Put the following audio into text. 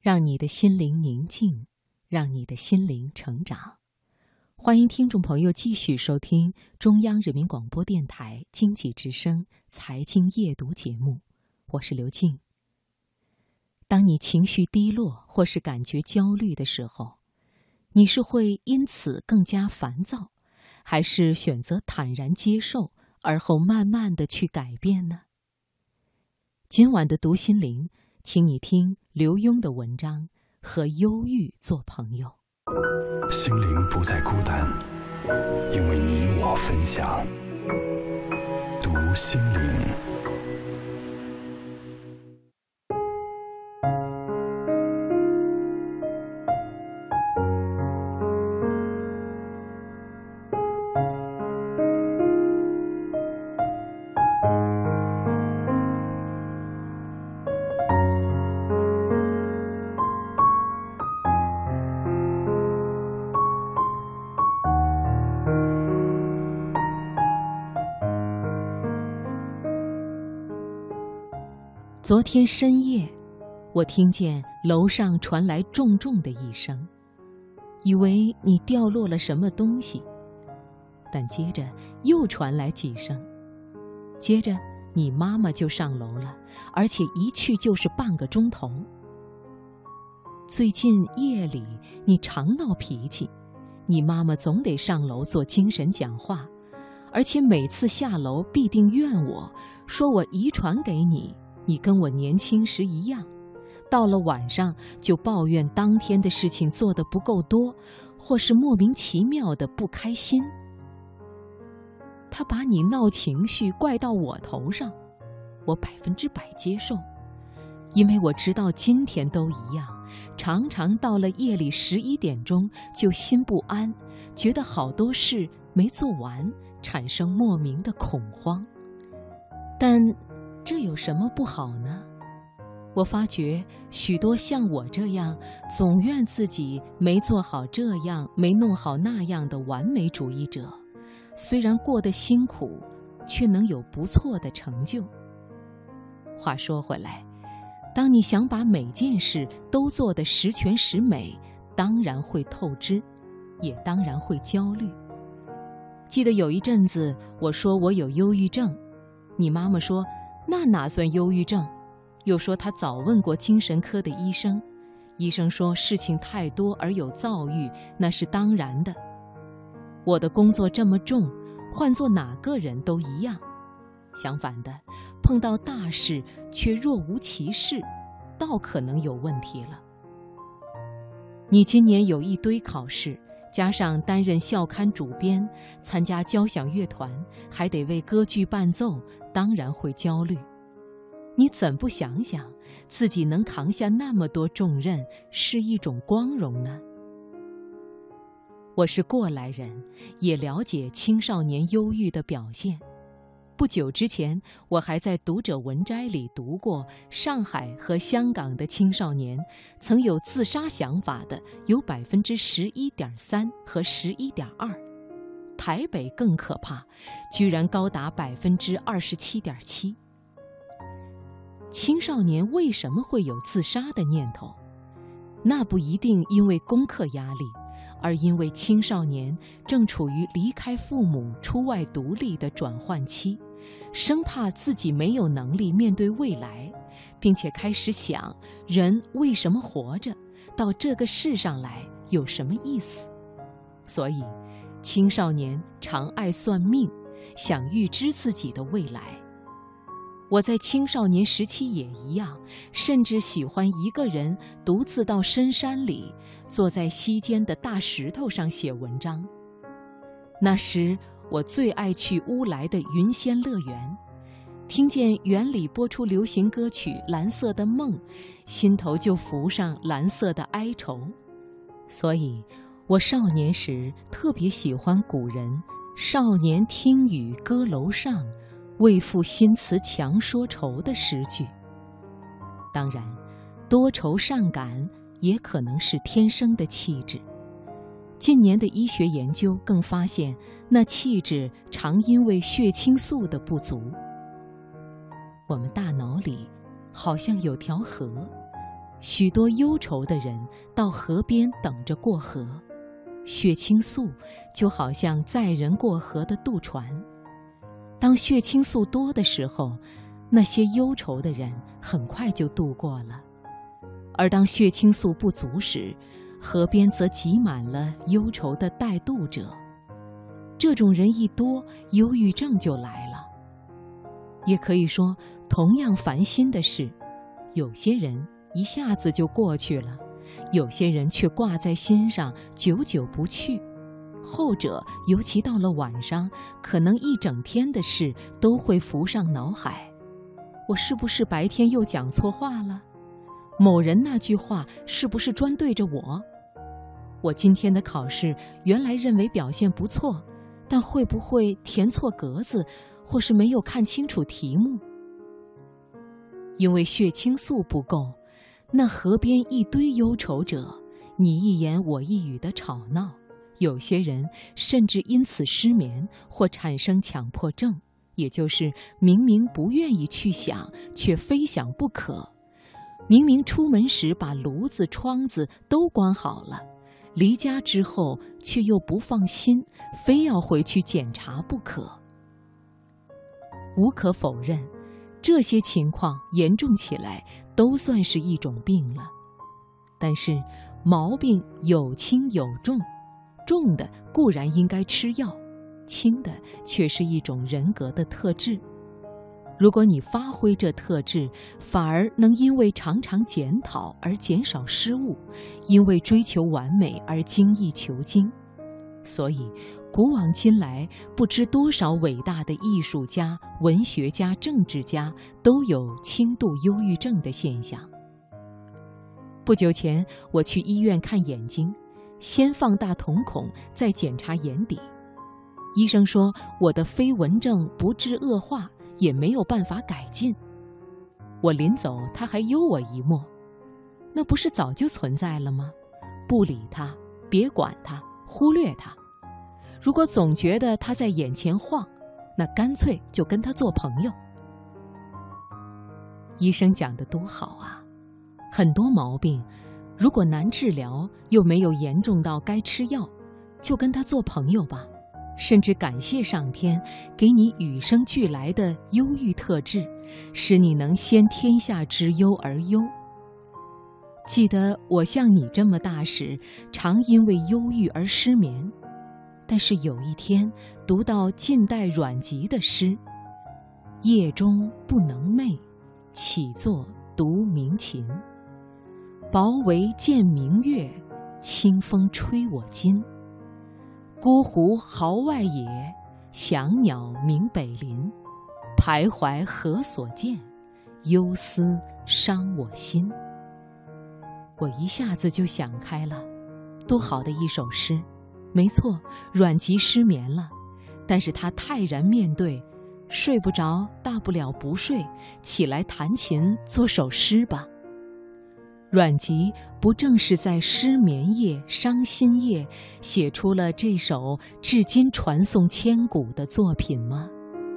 让你的心灵宁静，让你的心灵成长。欢迎听众朋友继续收听中央人民广播电台经济之声财经夜读节目，我是刘静。当你情绪低落或是感觉焦虑的时候，你是会因此更加烦躁，还是选择坦然接受，而后慢慢地去改变呢？今晚的读心灵，请你听刘墉的文章《和忧郁做朋友》。 心灵不再孤单，因为你我分享。读心灵。 昨天深夜，我听见楼上传来重重的一声，以为你掉落了什么东西，但接着又传来几声，接着你妈妈就上楼了，而且一去就是半个钟头。最近夜里你常闹脾气，你妈妈总得上楼做精神讲话，而且每次下楼必定怨我，说我遗传给你，你跟我年轻时一样，到了晚上就抱怨当天的事情做得不够多，或是莫名其妙的不开心。他把你闹情绪怪到我头上，我100%接受，因为我直到今天都一样，常常到了夜里11点钟就心不安，觉得好多事没做完，产生莫名的恐慌。但这有什么不好呢？我发觉许多像我这样总怨自己没做好这样没弄好那样的完美主义者，虽然过得辛苦，却能有不错的成就。话说回来，当你想把每件事都做得十全十美，当然会透支，也当然会焦虑。记得有一阵子我说我有忧郁症，你妈妈说那哪算忧郁症，又说她早问过精神科的医生，医生说事情太多而有躁郁，那是当然的。我的工作这么重，换做哪个人都一样，相反的，碰到大事却若无其事，倒可能有问题了。你今年有一堆考试，加上担任校刊主编，参加交响乐团，还得为歌剧伴奏，当然会焦虑。你怎不想想，自己能扛下那么多重任，是一种光荣呢？我是过来人，也了解青少年忧郁的表现。不久之前，我还在读者文摘里读过，上海和香港的青少年曾有自杀想法的有11.3%和11.2%，台北更可怕，居然高达27.7%。青少年为什么会有自杀的念头？那不一定因为功课压力，而因为青少年正处于离开父母出外独立的转换期，生怕自己没有能力面对未来，并且开始想人为什么活着，到这个世上来有什么意思。所以青少年常爱算命，想预知自己的未来。我在青少年时期也一样，甚至喜欢一个人独自到深山里，坐在溪间的大石头上写文章。那时我最爱去乌来的云仙乐园，听见园里播出流行歌曲《蓝色的梦》，心头就浮上蓝色的哀愁。所以我少年时特别喜欢古人“少年听雨歌楼上，为赋新词强说愁”的诗句。当然，多愁善感也可能是天生的气质。近年的医学研究更发现，那气质常因为血清素的不足。我们大脑里好像有条河， 许多忧愁的人到河边等着过河，血清素就好像载人过河的渡船。当血清素多的时候，那些忧愁的人很快就渡过了；而当血清素不足时，河边则挤满了忧愁的带渡者。这种人一多，忧郁症就来了。也可以说，同样烦心的事，有些人一下子就过去了，有些人却挂在心上，久久不去。后者尤其到了晚上，可能一整天的事都会浮上脑海。我是不是白天又讲错话了？某人那句话是不是专对着我？我今天的考试原来认为表现不错，但会不会填错格子，或是没有看清楚题目？因为血清素不够，那河边一堆忧愁者，你一言我一语的吵闹，有些人甚至因此失眠或产生强迫症，也就是明明不愿意去想，却非想不可。明明出门时把炉子、窗子都关好了，离家之后却又不放心，非要回去检查不可。无可否认，这些情况严重起来都算是一种病了。但是毛病有轻有重，重的固然应该吃药，轻的却是一种人格的特质。如果你发挥这特质，反而能因为常常检讨而减少失误，因为追求完美而精益求精。所以古往今来，不知多少伟大的艺术家、文学家、政治家都有轻度忧郁症的现象。不久前我去医院看眼睛，先放大瞳孔，再检查眼底。医生说我的飞蚊症不治恶化，也没有办法改进。我临走，他还幽我一默，那不是早就存在了吗？不理他，别管他，忽略他。如果总觉得他在眼前晃，那干脆就跟他做朋友。医生讲得多好啊！很多毛病，如果难治疗，又没有严重到该吃药，就跟他做朋友吧。甚至感谢上天给你与生俱来的忧郁特质，使你能先天下之忧而忧。记得我像你这么大时，常因为忧郁而失眠。但是有一天读到晋代阮籍的诗：夜中不能寐，起坐读鸣琴。薄帷见明月，清风吹我襟。孤狐号外野，翔鸟鸣北林。徘徊何所见？忧思伤我心。我一下子就想开了，多好的一首诗！没错，阮籍失眠了，但是他泰然面对，睡不着，大不了不睡，起来弹琴做首诗吧。阮籍不正是在失眠夜、伤心夜写出了这首至今传颂千古的作品吗？